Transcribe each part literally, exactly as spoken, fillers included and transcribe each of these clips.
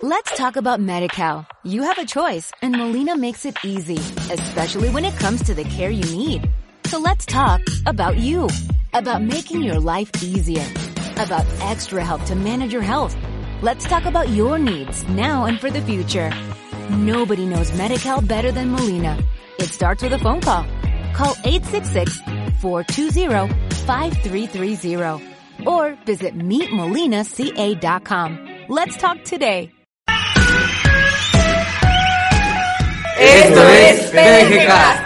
Let's talk about Medi-Cal. You have a choice, and Molina makes it easy, especially when it comes to the care you need. So let's talk about you, about making your life easier, about extra help to manage your health. Let's talk about your needs now and for the future. Nobody knows Medi-Cal better than Molina. It starts with a phone call. Call eight six six, four two zero, five three three zero or visit meet molina c a dot com. Let's talk today. Esto es P D G Cast.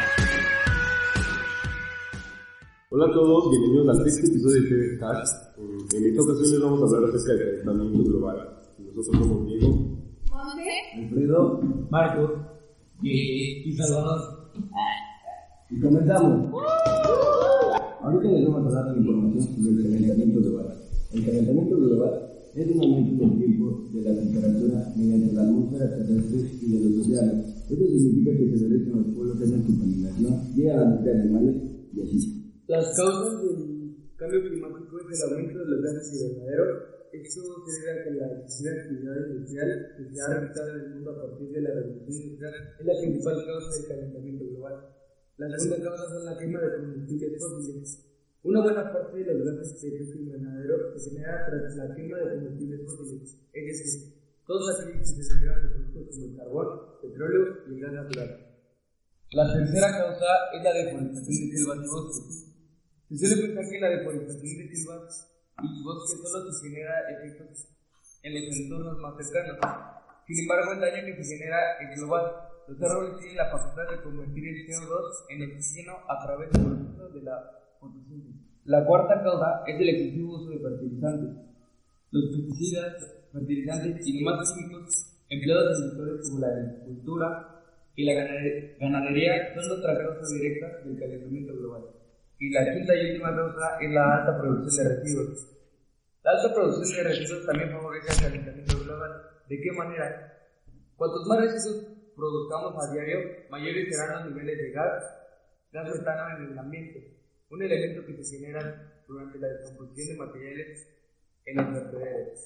Hola a todos, bienvenidos al sexto episodio de P D G Cast. En esta ocasión les vamos a hablar acerca del calentamiento global. Nosotros somos Diego, Monte, Alfredo, Marco y, y Salvador. Y comenzamos. Ahorita les vamos a dar la información sobre el calentamiento global. El calentamiento global es un aumento del tiempo de la temperatura mediante la atmósfera terrestre y de los océanos. Esto significa que se derriten los polos en la contaminación, llegan a la muerte de animales y así. Las causas del cambio climático es el aumento de los gases invernaderos. Esto se debe a que la excesiva actividad industrial que se ha realizado en el mundo a partir de la revolución industrial es la principal causa del calentamiento global. La segunda causa son la quema de combustibles fósiles. Una buena parte de los gases de efecto invernadero se genera tras la quema de combustibles fósiles, es decir, todos aquellos que se derivan de productos como el carbón, petróleo y el gas natural. La tercera causa es la deforestación de selvas y bosques. Se suele pensar que la deforestación de selvas y bosques solo se genera efectos en los entornos más cercanos. Sin embargo, el daño que se genera es global. Los árboles tienen la facultad de convertir el C O dos en oxígeno a través del proceso de la fotosíntesis. La cuarta causa es el excesivo uso de fertilizantes. Los pesticidas, fertilizantes y demás químicos empleados en sectores como la agricultura y la ganadería son otra causa directa del calentamiento global. Y la quinta y última causa es la alta producción de residuos. La alta producción de residuos también favorece el calentamiento global. ¿De qué manera? Cuantos más residuos produzcamos a diario, mayores serán los niveles de gas, gas metano en el ambiente, un elemento que se genera durante la descomposición de materiales en los vertederos.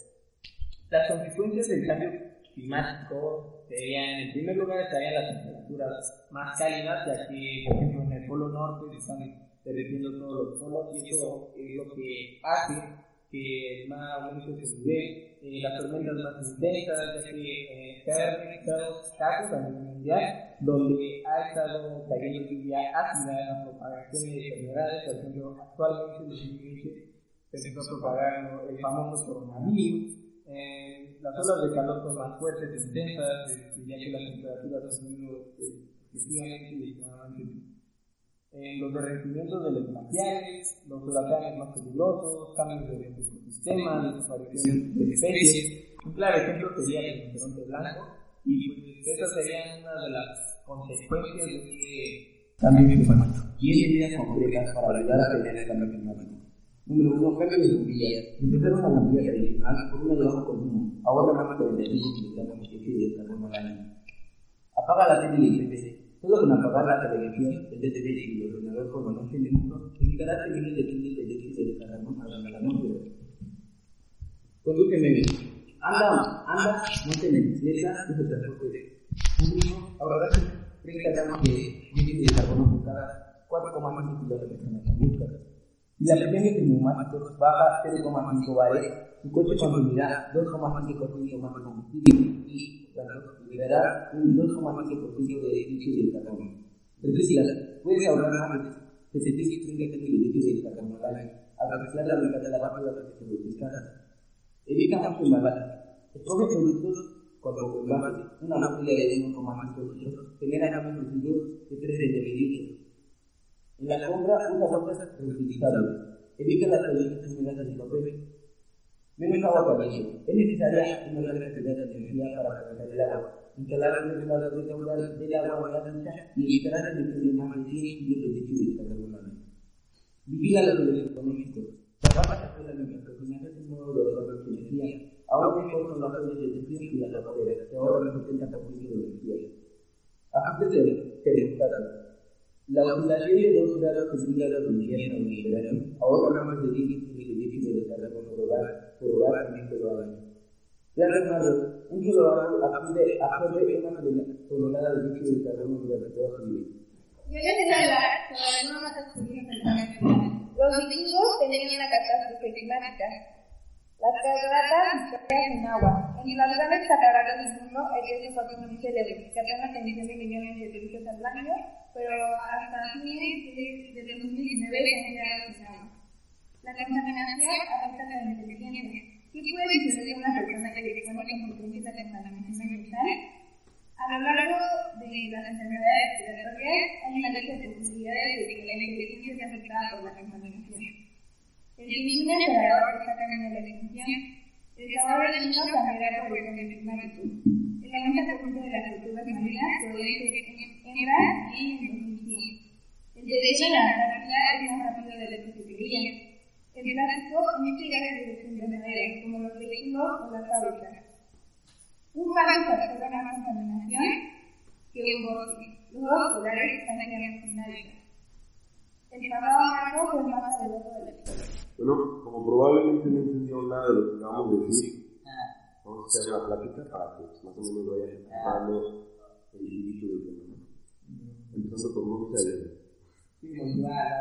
Las consecuencias del cambio climático serían, en primer lugar, estarían las temperaturas más cálidas, ya que, por ejemplo, en el polo norte se están derritiendo todos los polos y eso es lo que hace que el mar aumente su nivel, eh, las tormentas más intensas, ya que eh, se han registrado casos a nivel mundial donde ha estado cayendo lluvia ácida, la propagación de enfermedades. Por ejemplo, actualmente en dos mil veinte se empezó a propagar el famoso coronavirus. Eh, las olas de calor son más fuertes e intensas, eh, ya que las temperaturas han subido eh, excesivamente y extremadamente. Eh, los derretimientos de los glaciares, los huracanes más peligrosos, cambios de los ecosistemas, desaparición de especies. Un claro ejemplo sería el rinoceronte blanco, y pues esas serían una de las consecuencias de este cambio climático. diez medidas concretas para ayudar a prevenir el cambio climático. Número uno, cambio de bombillas. Empezar una bombilla tradicional por una de bajo consumo. Ahorra más de cuarenta y cinco miligramos de carbono al año. Apaga la tele y el P C. Solo con apagar la televisión, el D T V y el ordenador permanente en uso, evitará que miles de kilos de dióxido de carbono salgan a la atmósfera. Condúceme bien. Anda, anda, monte en bicicleta, usa transporte público, ahorrarás treinta gramos de dióxido de carbono por cada cuatro coma cinco kilómetros en la conducta. Si la presión de tus neumáticos baja cero coma cinco bares, tu coche consumirá dos coma cinco por ciento más de combustible y liberará un dos coma cinco por ciento de dióxido de carbono. Recicla, puedes ahorrar más de setecientos treinta kilos de dióxido de carbono al año al reciclar la mitad de la basura que se produce en casa. Evita mucho embalar. Escoge productos cuando envase una botella de uno coma cinco litros genera menos residuos de tres mililitros. En la compra, usa bolsas reutilizables. Evita las toallitas húmedas de papel. Menos agua caliente. Es necesaria una gran cantidad de energía para calentar el agua. Instalar un regulador de caudal del agua en la ducha y evitar la emisión de más de cien kilos de dióxido de carbono al año. Vigila los electrodomésticos. Trabaja la escuela mientras cocinas es un modo de ahorrar energía. Ahora mejor con las ollas de inducción y las lavadoras, que ahorran el setenta por ciento de energía. Ajustes de termostato. La oscilación de dos grados centígrados de invierno y verano ahorra más de diez kilos de dióxido de carbono por hogar por hogar en todo el año. Plan Ronaldo, un solo árbol absorbe, absorbe una tonelada de dióxido de carbono durante toda su vida. Yo les voy a hablar sobre algunos datos curiosos del cambio climático. Los vikingos tenían una catástrofe climática. Las cataratas historias en agua. En las grandes cataratas del mundo, el riesgo fue muy célebre, que apenas emitió de millones de turistas al año, pero hasta fines de dos mil diecinueve se han quedado sin agua. La contaminación afecta a la inteligencia. ¿Qué puede suceder a una persona que dispone con frecuencia de contaminación ambiental? A lo largo de las enfermedades respiratorias hay una lista de posibilidades de que la inteligencia sea afectada por la contaminación. El diminuto acelerador está cambiando la extinción. El sabor del niño cambiará por el cambio climático. El noventa por ciento de las tortugas marinas podrían ser hembras y en dos mil cien. El derecho a la Antártida es más rápido de lo que se creía. El plástico emite gases de efecto invernadero, como los vehículos o las fábricas. Un barco absorbe más contaminación que un bosque. Los osos polares están quedando sin hábitat. El pasado marco fue el más caluroso de la historia. Bueno, como probablemente no entendieron nada de lo que acabamos de decir, vamos a hacer una plática para que pues, más o menos vayan dando el hilito del tema, ¿no? Empezando por no sé. Sí, muy claro.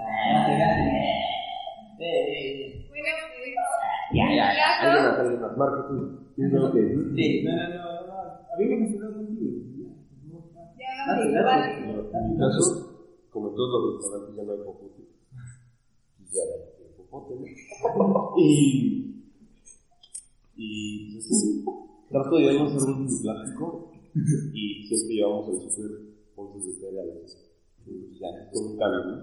Bueno, Ya, ya, ya. Alguien más, alguien más, Marco, tú. ¿Tienes algo que decir? Sí, no, no, no, no. A mí me mencionó contigo. ya vamos a igual. En mi caso, como en todos los restaurantes ya no hay popote. Ya hay popote, ¿no? Y. Y. Pues así. Trato de ya no hacer un de plástico. Y siempre llevamos al super bolsas de cereales. Ya, con un cambio, ¿no?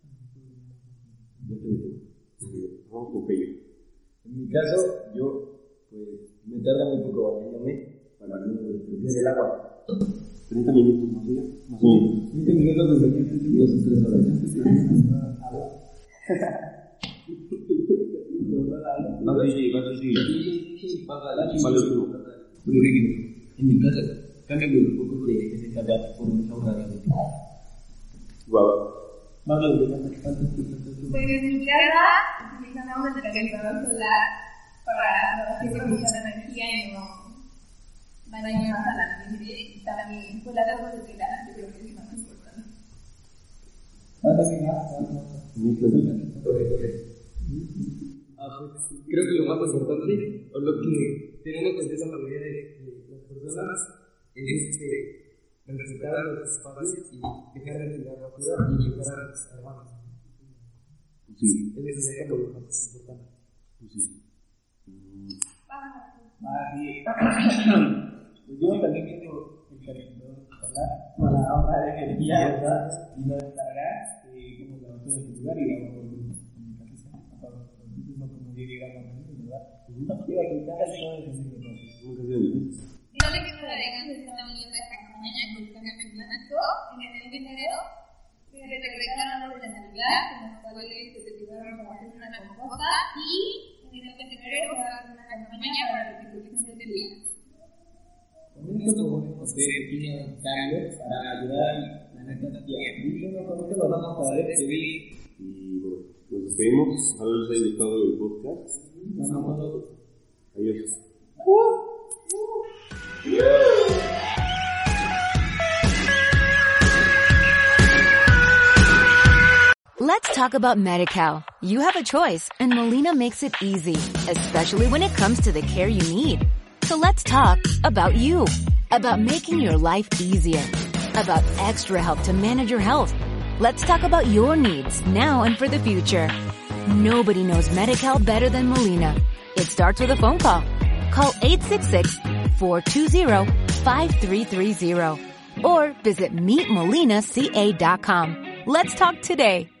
Ya te dije. Vamos con Pello. En mi caso, yo pues me tarda muy poco bañándome para no despreciar el agua. treinta minutos, ¿no sé? Más o menos. veinte minutos de bañarme, dos o tres horas. No, sí, sí, sí. Vale, tú. En mi casa, cambio muy poco de ese calor por mucha hora de tiempo. Guau. Más lo que pasa es que Pues en mi casa utilizamos el calentador solar para así aprovechar la energía y no dañar más a la gente. Y también pues la agua de telar, yo creo que es más importante. Creo que lo más importante, o lo que tenemos que hacer la mayoría de las personas, es este, respetar los espacios y dejar de tirar basura y ayudar a los hermanos. Sí. Eso sería lo más importante. Sí. Ah, sí. Pues yo también tengo el calentador solar para ahorrar energía, ¿verdad? Y no descargar, como la basura en su lugar y la hago por mi cabeza. No como diez gramos, ¿verdad? Iba a quitar el todo el sentido. Nunca se olvida. No sé qué me dejan de esta unión de esta campaña con el cambio climático en el mes de enero. Se recolectaron árboles de Navidad, con los cuales se cultivaron para hacer una composta y en el mes de enero se va a hacer una campaña para la recolección de tierra. Con esto podemos hacer pequeños cambios para ayudar a la neta tierra. Y bueno, con esto nos vamos a despedir. Y bueno, nos despedimos. Ojalá les haya gustado el podcast. Vamos. Adiós. Let's talk about Medi-Cal. You have a choice, and Molina makes it easy, especially when it comes to the care you need. So let's talk about you, about making your life easier, about extra help to manage your health. Let's talk about your needs now and for the future. Nobody knows Medi-Cal better than Molina. It starts with a phone call. Call eight six six, four two zero, five three three zero or visit meet molina c a dot com. Let's talk today.